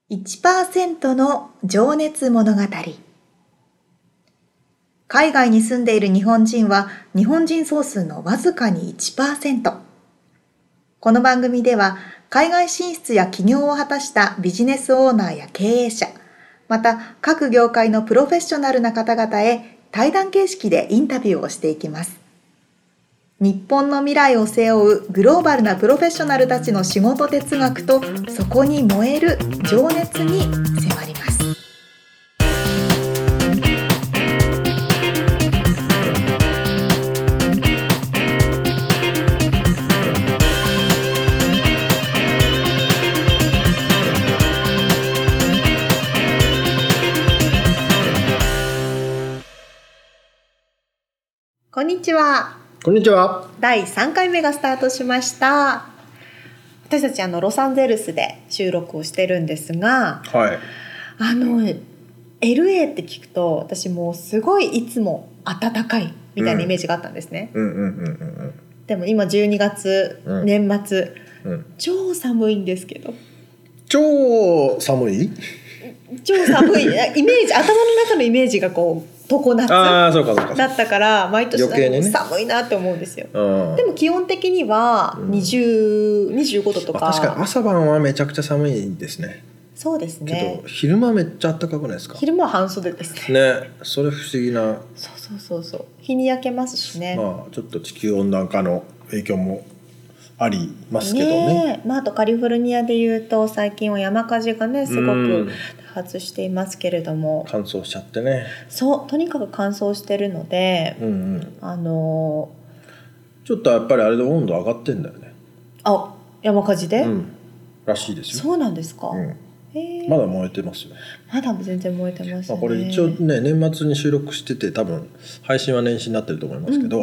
1% の情熱物語。海外に住んでいる日本人は日本人総数のわずかに 1%。この番組では海外進出や起業を果たしたビジネスオーナーや経営者、また各業界のプロフェッショナルな方々へ対談形式でインタビューをしていきます。日本の未来を背負うグローバルなプロフェッショナルたちの仕事哲学とそこに燃える情熱に迫ります。こんにちは。 こんにちは。 第3回目がスタートしました。私たちロサンゼルスで収録をしてるんですが、 はい。 LA って聞くと私もうすごいいつも暖かいみたいなイメージがあったんですね。でも今12月、年末、超寒いんですけど。 超寒い？ 超寒いイメージ、頭の中のイメージがこう常夏だったから毎年寒いなって思うんですよ。でも基本的には25度とか、 確かに朝晩はめちゃくちゃ寒いですね。 そうですね。 けど昼間めっちゃ暖かくないですか？ 昼間は半袖ですね。ね、それ不思議な。 そう日に焼けますしね。 まあちょっと地球温暖化の影響もありますけどね。 あとカリフォルニアでいうと最近は山火事がねすごく多発していますけれども、 乾燥しちゃってね。 そうとにかく乾燥してるので、 ちょっとやっぱりあれで温度上がってんだよね。 あ、山火事で、 らしいですよ。 そうなんですか。 まだ燃えてますよ。 まだ全然燃えてますね。 これ一応ね年末に収録してて多分配信は年始になってると思いますけど、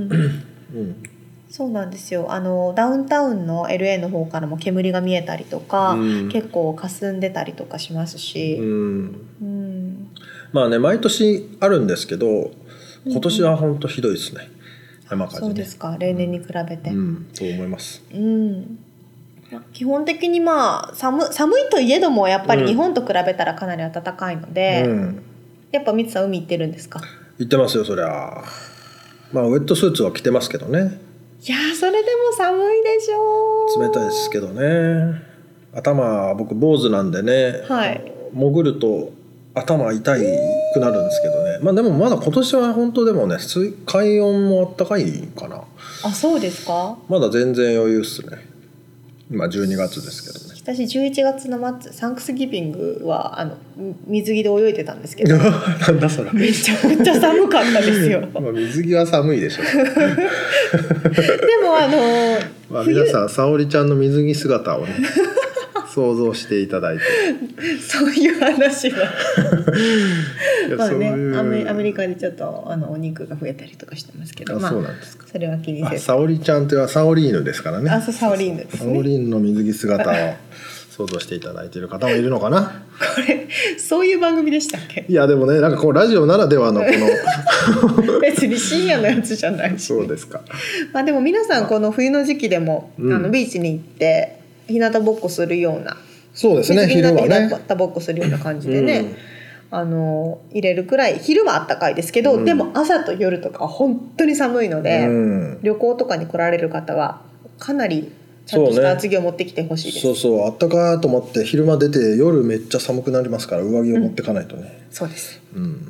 そうなんですよ。ダウンタウンの LA の方からも煙が見えたりとか、結構霞んでたりとかしますし、まあね毎年あるんですけど今年は本当ひどいですね、山火事ね。 そうですか、例年に比べて。 そう思います。 基本的に寒いといえどもやっぱり日本と比べたらかなり暖かいので、やっぱミツさん海行ってるんですか？ 行ってますよそりゃ。ウェットスーツは着てますけどね。 いやそれでも寒いでしょう。 冷たいですけどね。頭僕坊主なんでね、潜ると頭痛くなるんですけどね。でもまだ今年は本当でもね海温も暖かいかな。 あ、そうですか。まだ全然余裕っすね。今12月ですけどね。 私11月の末サンクスギビングは水着で泳いでたんですけどなんだそれ。 めちゃくちゃ寒かったですよ。 水着は寒いでしょ。 でも皆さん沙織ちゃんの水着姿をね想像していただいてそういう話はアメリカでちょっとお肉が増えたりとかしてますけど、 そうなんですか。 それは気にせず。 沙織ちゃんというのはサオリーヌですからね。 そうサオリーヌですね。 サオリーヌの水着姿を想像していただいている方もいるのかな。 これそういう番組でしたっけ？ いやでもねこうラジオならではのこの別に深夜のやつじゃないし、 そうですか。 でも皆さんこの冬の時期でも、ビーチに行って日向ぼっこするような、 そうですね、昼はね日向ぼっこするような感じでね、入れるくらい昼は暖かいですけど、でも朝と夜とか本当に寒いので、旅行とかに来られる方はかなりちゃんとした厚着を持ってきてほしいです。 そう暖かと思って昼間出て夜めっちゃ寒くなりますから上着を持ってかないとね。 そうです。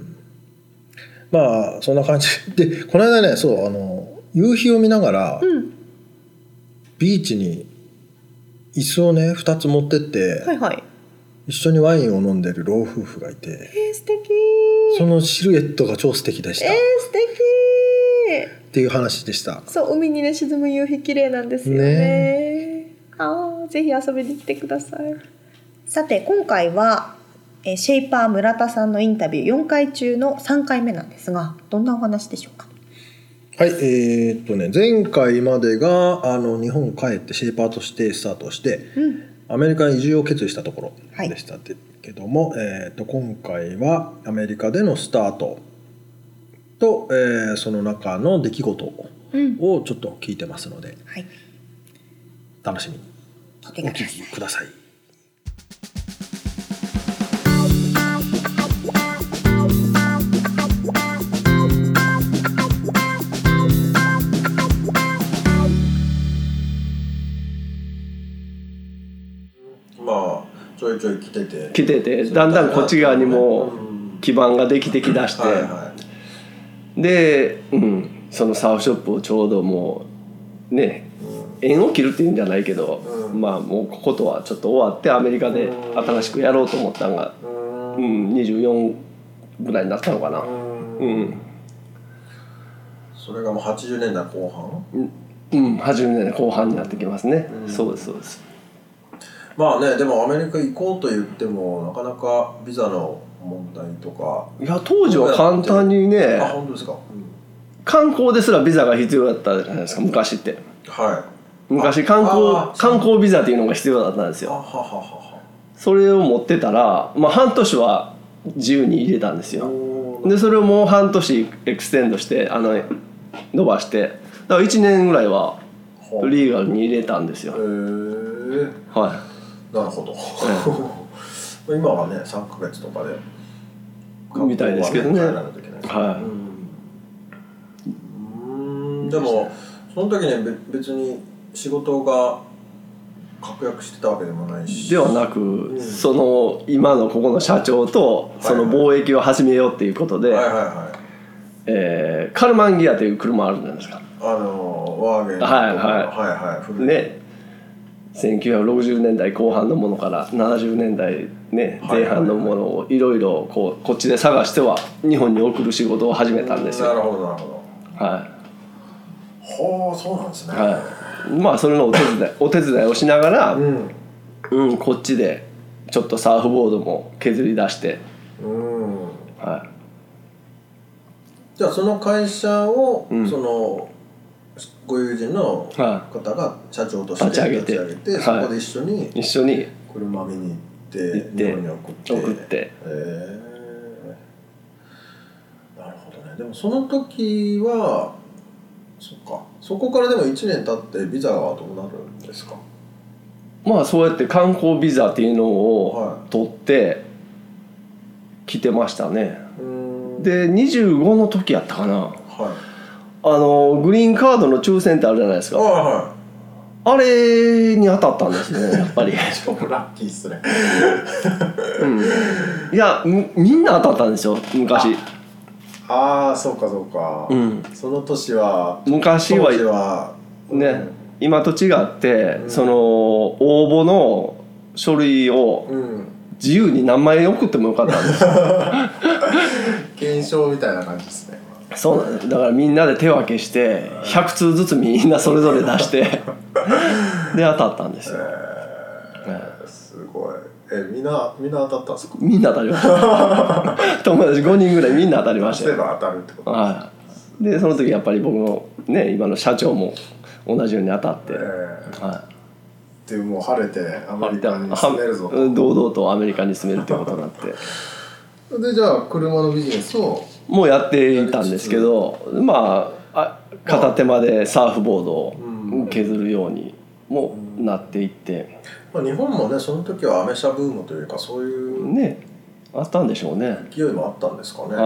そんな感じでこの間ね夕日を見ながら、ビーチに椅子をね2つ持ってって、一緒にワインを飲んでる老夫婦がいて、 素敵。 そのシルエットが超素敵でした。 素敵っていう話でした。 そう、海にね沈む夕日綺麗なんですよね。ぜひ遊びに来てください。さて今回はシェイパー村田さんのインタビュー4回中の3回目なんですが、どんなお話でしょうか？ はい、前回までが日本帰ってシェイパーとしてスタートして、アメリカに移住を決意したところでしたけども、今回はアメリカでのスタートと、その中の出来事をちょっと聞いてますので、楽しみにお聞きください。 ちょいちょい来ててだんだんこっち側にも基盤ができてきだして、で、そのサーフショップをちょうどもうね、縁を切るっていうんじゃないけど、まあもうこことはちょっと終わってアメリカで新しくやろうと思ったのが、24ぐらいになったのかな。 それがもう80年代後半 80年代後半になってきますね。そうですそうです。 まあね、でもアメリカ行こうと言ってもなかなかビザの問題とか、 いや当時は簡単にね、 本当ですか、 観光ですらビザが必要だったじゃないですか、昔って。昔観光ビザっていうのが必要だったんですよ。それを持ってたら、半年は自由に入れたんですよ。でそれをもう半年エクステンドして伸ばして、だから1年ぐらいはリーガルに入れたんですよ。 なるほど。今はね3ヶ月とかでみたいですけどね。 でもその時に別に仕事が確約してたわけでもないしではなく、その今のここの社長とその貿易を始めようっていうことで、カルマンギアという車あるじゃないですか。ワーゲンとかね、1960年代後半のものから70年代、前半のものをいろいろこっちで探しては日本に送る仕事を始めたんですよ。 なるほどなるほど。そうなんですね。 それのお手伝いをしながら、こっちでちょっとサーフボードも削り出して、 じゃあその会社を、そのご友人の方が社長として立ち上げて、そこで一緒に車見に行って日本に送って。なるほどね。でもその時はそこからでも1年経ってビザはどうなるんですか？ そうやって観光ビザっていうのを取って来てましたね。で25の時やったかな、グリーンカードの抽選ってあるじゃないですか。あれに当たったんですね、やっぱり。 超ラッキーっすね。 いやみんな当たったんですよ昔。 そうか、その年は昔はね、今と違って、その応募の書類を自由に何枚送ってもよかったんですよ。 検証みたいな感じですね。 そうなんです。だからみんなで手分けして100通ずつみんなそれぞれ出してで当たったんですよ。 すごい。みんな当たったんですか？ みんな当たりました。友達5人ぐらいみんな当たりましたよ。 当たるってことです。 でその時やっぱり僕のね今の社長も同じように当たって、 でもう晴れてアメリカに住めるぞと。 堂々とアメリカに住めるってことになって。 でじゃあ車のビジネスをもうやっていたんですけど、片手間でサーフボードを削るようにもなっていって、 日本もねその時はアメ車ブームというかそういうねあったんでしょうね。 勢いもあったんですかね。いや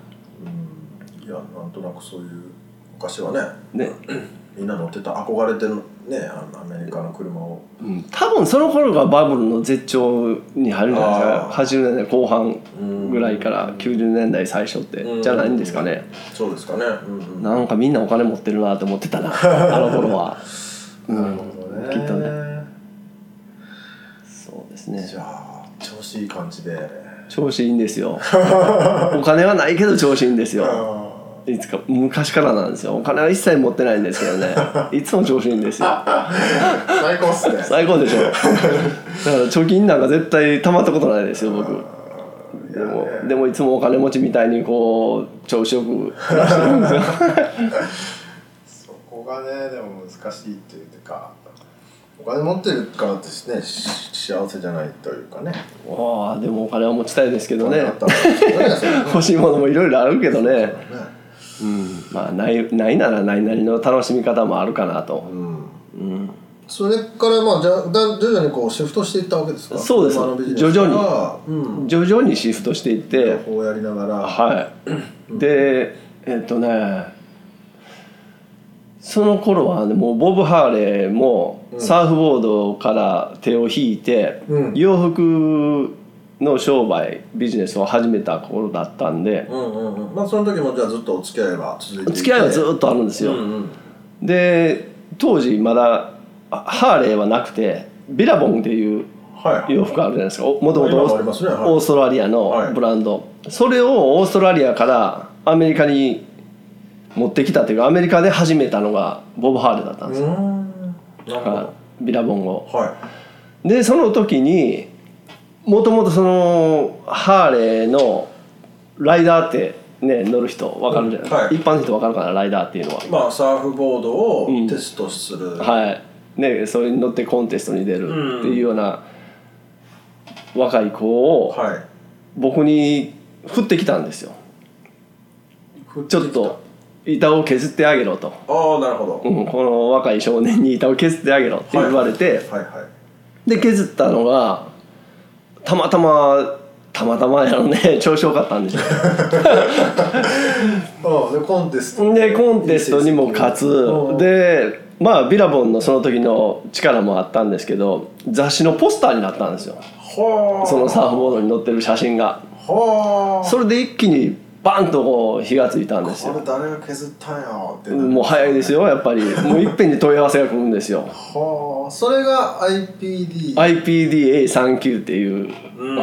なんとなくそういう昔はねみんな乗ってた憧れてるねアメリカの車を、 多分その頃がバブルの絶頂に入るんじゃないですか。80年代後半ぐらいから90年代最初ってじゃないんですかね。 そうですかね。 なんかみんなお金持ってるなと思ってたなあの頃は。 なるほどね。 きっとね。そうですね。 じゃあ調子いい感じで。 調子いいんですよ。お金はないけど調子いいんですよ。いつか昔からなんですよ。お金は一切持ってないんですけどね。いつも調子いいんですよ。 最高っすね。 最高でしょ。だから貯金なんか絶対貯まったことないですよ僕。でもいつもお金持ちみたいにこう調子よく暮らしてるんですよ。 そこがねでも難しいっていうか。お金持ってるからですね幸せじゃないというかね。 でもお金は持ちたいですけどね。欲しいものもいろいろあるけどね。ないならないなりの楽しみ方もあるかなと。 それから徐々にこうシフトしていったわけですか？ そうです。徐々にシフトしていって。 両方やりながら。 でその頃はもうボブ・ハーレーもサーフボードから手を引いて、洋服の商売ビジネスを始めた頃だったんで、 まあその時もじゃあずっとお付き合いは続いていて、 付き合いはずっとあるんですよ、で当時まだハーレーはなくてビラボンっていう洋服あるじゃないですか、もともとオーストラリアのブランド、それをオーストラリアからアメリカに持ってきたというか、アメリカで始めたのがボブ・ハーレーだったんですよ、ビラボンを、でその時にもともとそのハーレーのライダーってね乗る人分かるじゃないですか、一般の人分かるかな、ライダーっていうのは。 まあサーフボードをテストする、 ね、それに乗ってコンテストに出るっていうような若い子を僕に振ってきたんですよ。ちょっと板を削ってあげろと。 なるほど、 この若い少年に板を削ってあげろって言われて、で削ったのがたまたまやろね、調子よかったんですよでコンテストにも勝つ。でまあビラボンのその時の力もあったんですけど、雑誌のポスターになったんですよ、そのサーフボードに載ってる写真が。それで一気にバンとこう火がついたんですよ。 これ誰が削ったんやって、 もう早いですよやっぱり。もういっぺんに問い合わせが来るんですよそれが IPD-A39 っていう、イン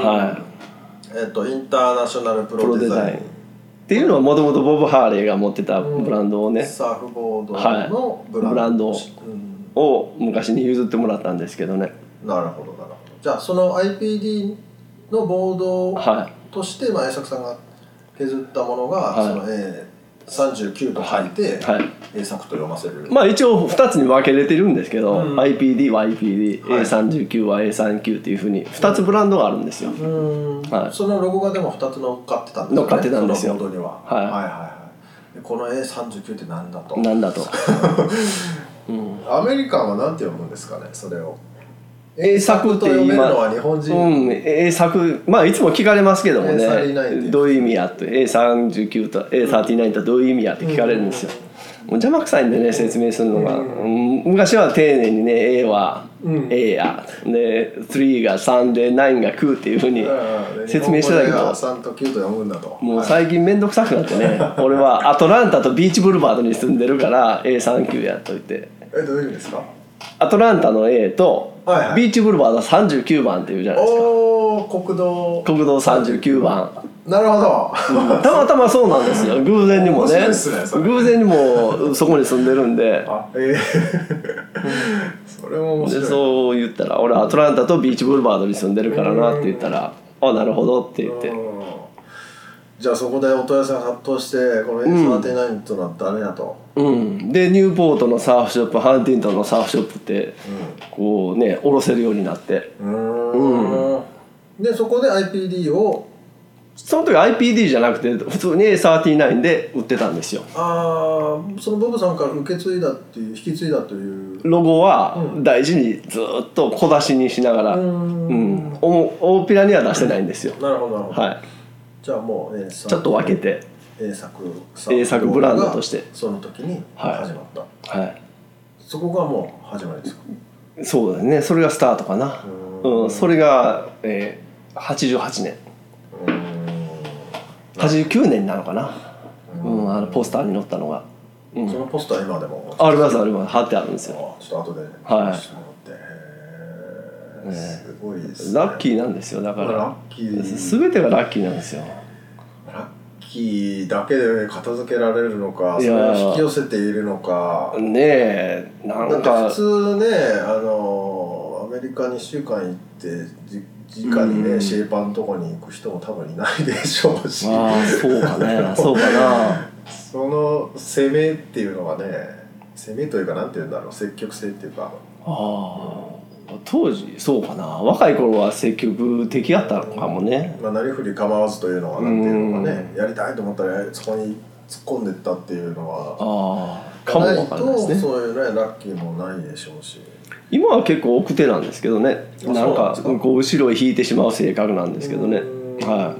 ターナショナルプロデザインっていうのはもともとボブ・ハーレーが持ってたブランドをね、 サーフボードのブランドを昔に譲ってもらったんですけどね。 なるほど。じゃあその IPD のボードとして、栄作さんが削ったものが、その A39 と書いて、栄作と読ませる。 まあ一応2つに分けれてるんですけど、IPD は IPD、A39 は A39 っていうふうに2つブランドがあるんですよ。 そのロゴがでも2つ乗っかってたんですよね。 乗っかってたんですよ。 そのボードには。この A39 って何だと。アメリカンは何て読むんですかね、それを。 英作って読めるのは日本人。 英作、まあいつも聞かれますけどもね、どういう意味やって、A39 と A39 とどういう意味やって聞かれるんですよ。もう邪魔くさいんでね、説明するのが。昔は丁寧にね、A は A や、で3が3で9が9っていうふうに説明してたけど、 3と9と読むんだと。 もう最近めんどくさくなってね、俺はアトランタとビーチブルバードに住んでるから A39 やっといて。 どういう意味ですか？ アトランタの A とビーチブルバードは39番っていうじゃないですか。 国道 39番。 なるほど、 たまたまそうなんですよ。偶然にもね、偶然にもそこに住んでるんでそれも面白い。 でそう言ったら、俺アトランタとビーチブルバードに住んでるからなって言ったら、なるほどって言って、 じゃあそこでお問い合わせが殺到して、この A39 となった誰やと。 でニューポートのサーフショップ、ハンティントンのサーフショップってこうね下ろせるようになって、 でそこで IPD を、 その時 IPD じゃなくて普通に A39 で売ってたんですよ。 そのボブさんから引き継いだというロゴは大事にずっと小出しにしながら、大っぴらには出してないんですよ。 なるほど。じゃあもうちょっと分けて英作ブランドとしてその時に始まった、そこがもう始まりですか？ そうですね、それがスタートかな。それが、88年89年なのかな、あのポスターに載ったのが、 そのポスター今でもあります貼ってあるんですよ。 ちょっと後でしてもらって、すごいですね。 ラッキーなんですよ。だからラッキー、 全てがラッキーなんですよ。 ラッキーだけで片付けられるのか、それを引き寄せているのかねえ、なんか普通ね、アメリカに1週間行って直にね、シェーパーのとこに行く人も多分いないでしょうし、 そうかねそうかなその攻めっていうのがね、攻めというかなんていうんだろう、積極性っていうか、 当時そうかな、若い頃は積極的やったのかもね。 なりふり構わずというのはなんていうのかね、やりたいと思ったらそこに突っ込んでったっていうのはかもわかんないですね。 そういうねラッキーもないでしょうし、 今は結構奥手なんですけどね、なんかこう後ろへ引いてしまう性格なんですけどね。なるほどね。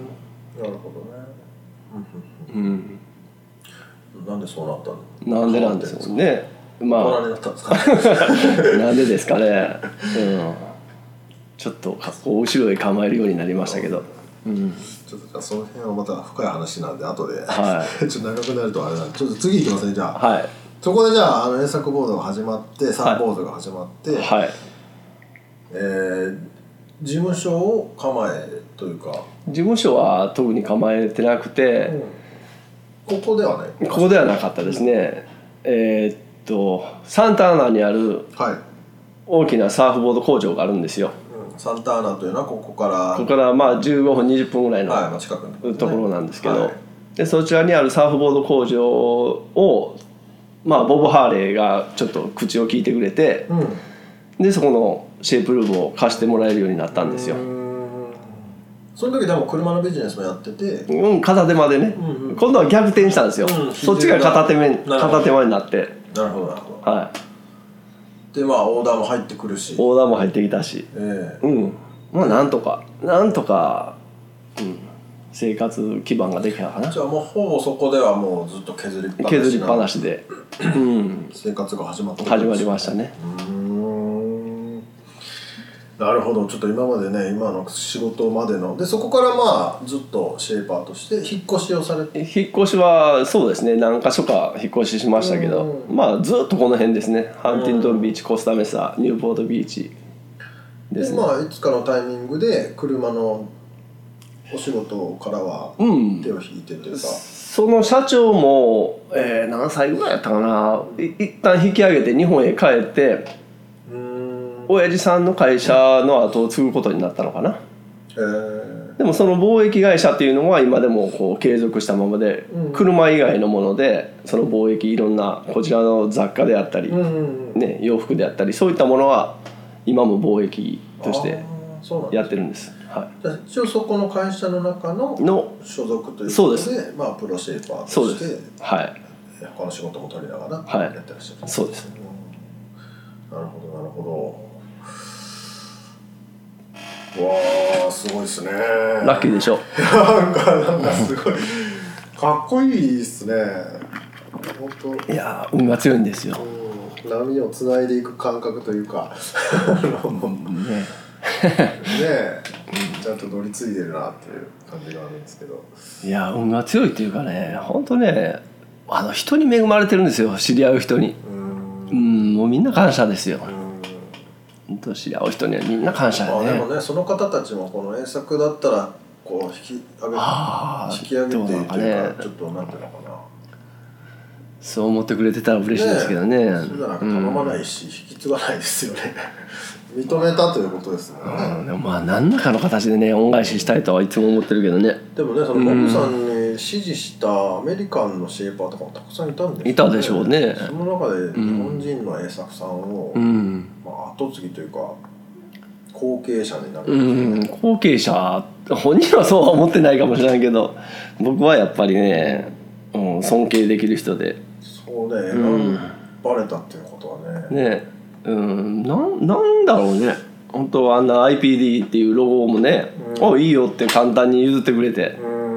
なんでそうなったの？ なんでなんですよね。 まあ大人になったんですかなんでですかね、ちょっとこう後ろへ構えるようになりましたけど、 ちょっとその辺はまた深い話なんで後で、 はちょっと長くなるとあれなんでちょっと次いきますねじゃあ。 はいそこでじゃあ、遠作ボードが始まってサーボードが始まって、 はい、 事務所を構えというか事務所は特に構えてなくて、 ここではないここではなかったですね。サンタアナにある大きなサーフボード工場があるんですよ。 サンタアナというのはここからまあ15分20分ぐらいの近くのところなんですけど、でそちらにあるサーフボード工場を、まあ、ボブ・ハーレーがちょっと口を聞いてくれて、でそこのシェイプルームを貸してもらえるようになったんですよ。 その時でも車のビジネスもやってて、 片手間でね、今度は逆転したんですよ、そっちが片手間になって。 なるほどなるほど。 はい、 でまあオーダーも入ってくるし、 オーダーも入ってきたし、まあなんとか、生活基盤ができたかな。 じゃあもうほぼそこではもうずっと削りっぱなしで、 生活が始まりましたね。 なるほど。ちょっと今までね、今の仕事までのでそこからまあずっとシェイパーとして引っ越しをされて。 引っ越しはそうですね、何か所か引っ越ししましたけど、まあずっとこの辺ですね。ハンティントンビーチ、コスタメサ、ニューポートビーチですね。 まあいつかのタイミングで車のお仕事からは手を引いてというか、 その社長も、何歳ぐらいやったかな、一旦引き上げて日本へ帰って親父さんの会社の後を継ぐことになったのかな。でもその貿易会社っていうのは今でもこう継続したままで、車以外のものでその貿易、いろんなこちらの雑貨であったり、洋服であったり、そういったものは今も貿易としてやってるんです。 一応そこの会社の中の所属ということで、まあプロシェイパーとして他の仕事も取りながらやってらっしゃる。 そうです。 なるほどなるほど。わあすごいですね。 ラッキーでしょ。 なんかすごいかっこいいですね。本当。 いや運が強いんですよ。 波をつないでいく感覚というかねえちゃんと乗り継いでるなっていう感じがあるんですけど。 いや運が強いっていうかね、本当ね、人に恵まれてるんですよ、知り合う人に。もうみんな感謝ですよ。知り合う人にはみんな感謝よね。 でもね、その方たちもこの遠作だったらこう引き上げてというか、ちょっとなんていうのかな、 そう思ってくれてたら嬉しいですけどね。 そうじゃなく頼まないし、引き継がないですよね認めたということですもんね。 でもまあ何らかの形でね恩返ししたいとはいつも思ってるけどね。 でもね、そのボブさんに指示したアメリカンのシェイパーとかもたくさんいたんですよね。 いたでしょうね。 その中で日本人の栄作さんを、後継ぎというか後継者になる、 後継者、本人はそうは思ってないかもしれないけど、僕はやっぱりね、尊敬できる人で。 そうね、バレたっていうことはね。 なんだろうね。本当あんな IPD っていうロゴもね、いいよって簡単に譲ってくれて。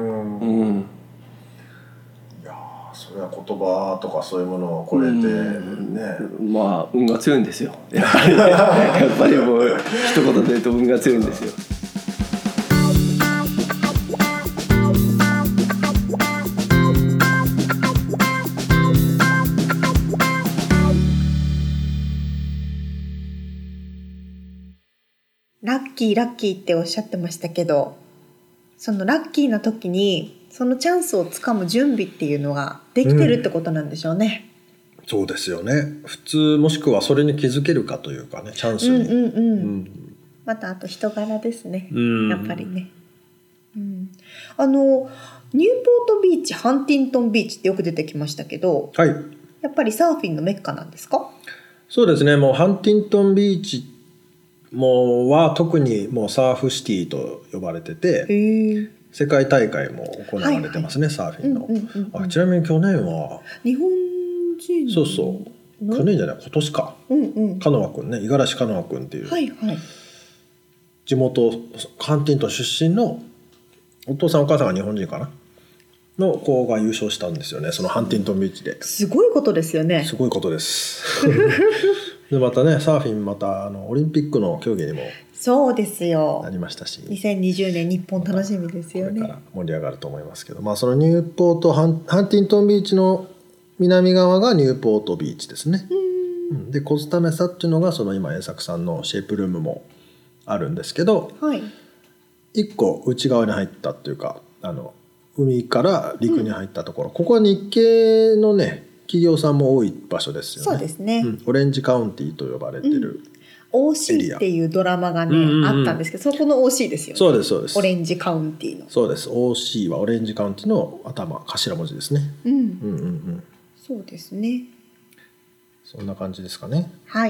いやそれは言葉とかそういうものを超えてね。 まあ運が強いんですよ。やっぱりもう一言で言うと運が強いんですよ。 ラッキーっておっしゃってましたけど、そのラッキーな時にそのチャンスをつかむ準備っていうのができてるってことなんでしょうね。 そうですよね。普通もしくはそれに気づけるかというかね、チャンスに。 またあと人柄ですね、やっぱりね。ニューポートビーチ、ハンティントンビーチってよく出てきましたけど、やっぱりサーフィンのメッカなんですか？ そうですね。もうハンティントンビーチは特にもうサーフシティと呼ばれてて、世界大会も行われてますね、サーフィンの。ちなみに去年は日本人去年じゃない今年か、カノア君ね、五十嵐カノア君っていう、地元ハンティントン出身のお父さんお母さんが日本人かなの子が優勝したんですよね、そのハンティントンビーチで。 すごいことですよね。 すごいことですでまたねサーフィンまたオリンピックの競技にもそうですよなりましたし、 2020年日本楽しみですよね。 これから盛り上がると思いますけど、そのニューポートハンティントンビーチの南側がニューポートビーチですね。でコスタメサっていうのがその今栄作さんのシェイプルームもあるんですけど、 はい、 一個内側に入ったっていうか海から陸に入ったところ、ここは日系のね企業さんも多い場所ですよね。 そうですね、 オレンジカウンティーと呼ばれてる、 OC っていうドラマがね、あったんですけど、そこの OC ですよね。 そうですそうです。 オレンジカウンティーの。 そうです。OC はオレンジカウンティーの頭文字ですね。 そうですね。 そんな感じですかね。 はい。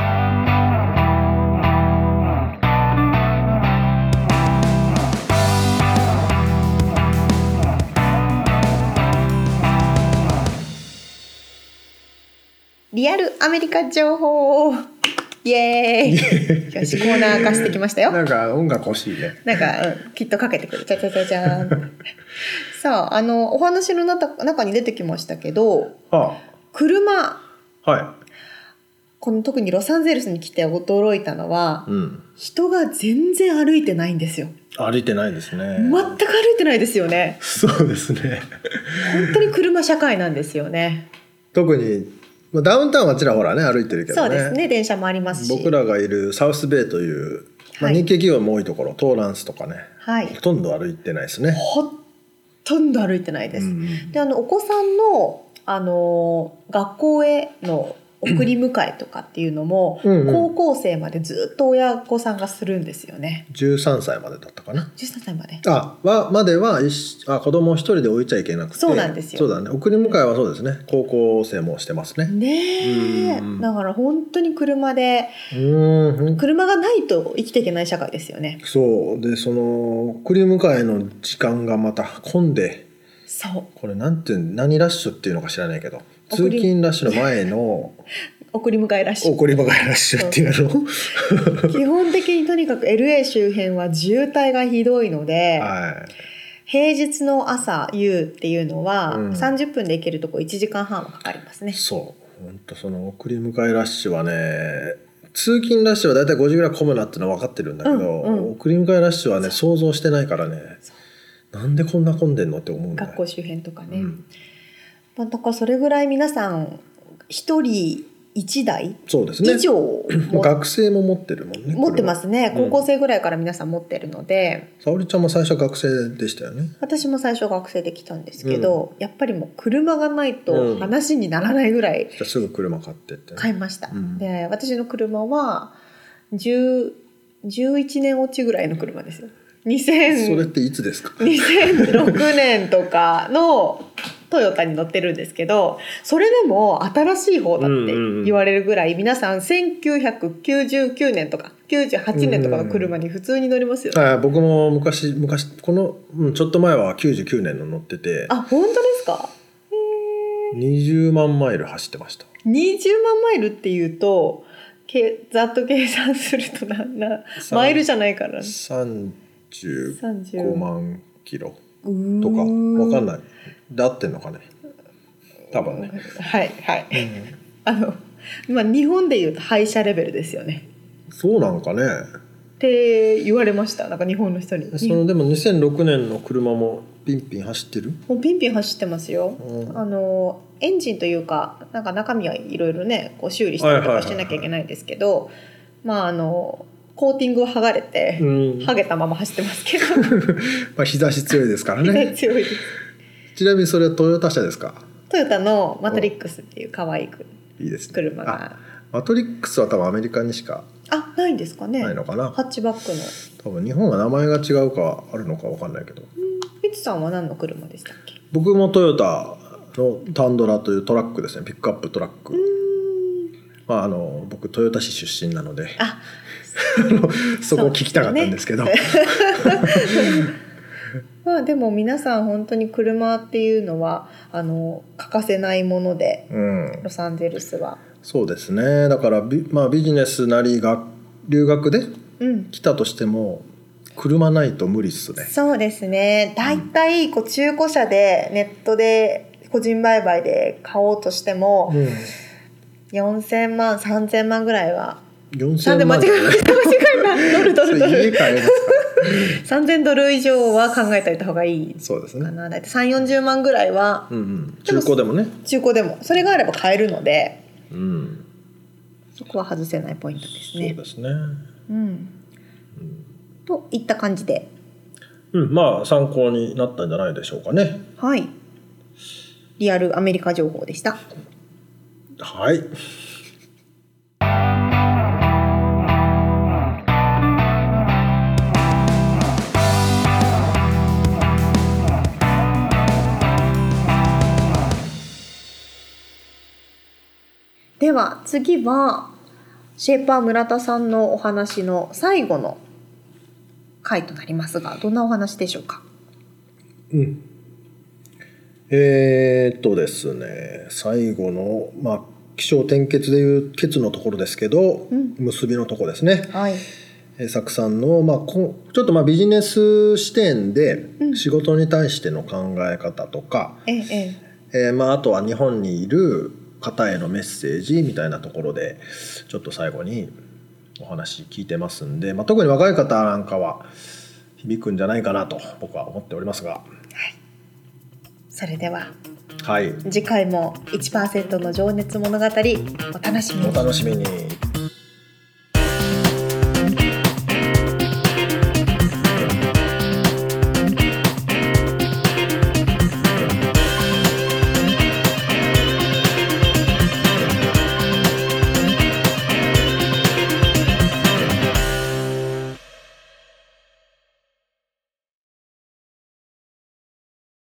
リアルアメリカ情報イエーイよしコーナー化してきましたよ。 なんか音楽欲しいね。 なんか、きっとかけてくる。チャチャチャチャーンさあ、お話の中に出てきましたけど、車、この特にロサンゼルスに来て驚いたのは、人が全然歩いてないんですよ。 歩いてないですね。 全く歩いてないですよね。 そうですね。 本当に車社会なんですよね。 特にダウンタウンはちらほらね歩いてるけどね。 そうですね、電車もありますし、 僕らがいるサウスベイという、日系企業も多いところ、トーランスとかね、ほとんど歩いてないですね。 ほとんど歩いてないです。でお子さんの、学校への送り迎えとかっていうのも、高校生までずっと親御さんがするんですよね。 13歳までだったかな。 13歳までまでは子供を一人で置いちゃいけなくて。そうなんですよ。そうだね、送り迎えはそうですね、高校生もしてますね。 だから本当に車で、車がないと生きていけない社会ですよね。 そうで、その送り迎えの時間がまた混んで、これ何ラッシュっていうのか知らないけど、通勤ラッシュの前の送り迎えラッシュっていうの基本的にとにかく LA 周辺は渋滞がひどいので、平日の朝夕っていうのは30分で行けるとこ1時間半はかかりますね。 そう本当、その送り迎えラッシュはね、通勤ラッシュはだいたい5時ぐらい混むなっていうのは分かってるんだけど、送り迎えラッシュはね想像してないからね、なんでこんな混んでんのって思うんだよ。 学校周辺とかね、だからそれぐらい皆さん1人1台以上、 学生も持ってるもんね。 持ってますね。高校生ぐらいから皆さん持ってるので、 沙織ちゃんも最初は学生でしたよね。 私も最初学生で来たんですけど、やっぱりもう車がないと話にならないぐらい、 すぐ車買ってって、 買いました。で私の車は11年落ちぐらいの車ですよ。 それっていつですか ？2006年とかのトヨタに乗ってるんですけど、それでも新しい方だって言われるぐらい、皆さん1999年とか98年とかの車に普通に乗りますよね。 僕も昔この、ちょっと前は99年の乗ってて。 本当ですか ？20万マイル走ってました。 20万マイルっていうとざっと計算するとマイルじゃないから 35万キロとか分かんない。で合ってんのかね、多分ね。 日本でいうと廃車レベルですよね。 そうなんかねって言われました。なんか日本の人に。 でも2006年の車もピンピン走ってる？ もうピンピン走ってますよ。エンジンというか、なんか中身はいろいろねこう修理したりとかしてなきゃいけないんですけど、コーティングは剥がれて、剥げたまま走ってますけど日差し強いですからね。 日差し強いです。 ちなみにそれはトヨタ車ですか？ トヨタのマトリックスっていう可愛い車が。 マトリックスは多分アメリカにしかないんですかね。 ないのかな。 ハッチバックの。 多分日本は名前が違うかあるのか分かんないけど。 ミツさんは何の車でしたっけ？ 僕もトヨタのタンドラというトラックですね。ピックアップトラック。僕豊田市出身なのでそこを聞きたかったんですけど。 でも皆さん本当に車っていうのは欠かせないもので、ロサンゼルスは。 そうですね。だからビジネスなり留学で来たとしても、 車ないと無理っすね。 そうですね。だいたい中古車でネットで個人売買で買おうとしても、4000万3000万ぐらいは。 4000万間違えたドル家買えますか 3000ドル以上は考えておいた方がいいそうですね。 かな。だいたい3、40万ぐらいは、 中古でもね。 中古でもそれがあれば買えるので、 うんそこは外せないポイントですね。 そうですね。 といった感じで、 まあ参考になったんじゃないでしょうかね。 はい。リアルアメリカ情報でした。 はい。 では次はシェーパー村田さんのお話の最後の回となりますが、どんなお話でしょうか。 ですね、最後の起承転結でいう結のところですけど、結びのところですね。はい。佐久さんのちょっとビジネス視点で仕事に対しての考え方とか、あとは日本にいる方へのメッセージみたいなところでちょっと最後にお話聞いてますんで、特に若い方なんかは響くんじゃないかなと僕は思っておりますが、はい、 それでは、 はい、 次回も 1% の情熱物語お楽しみに。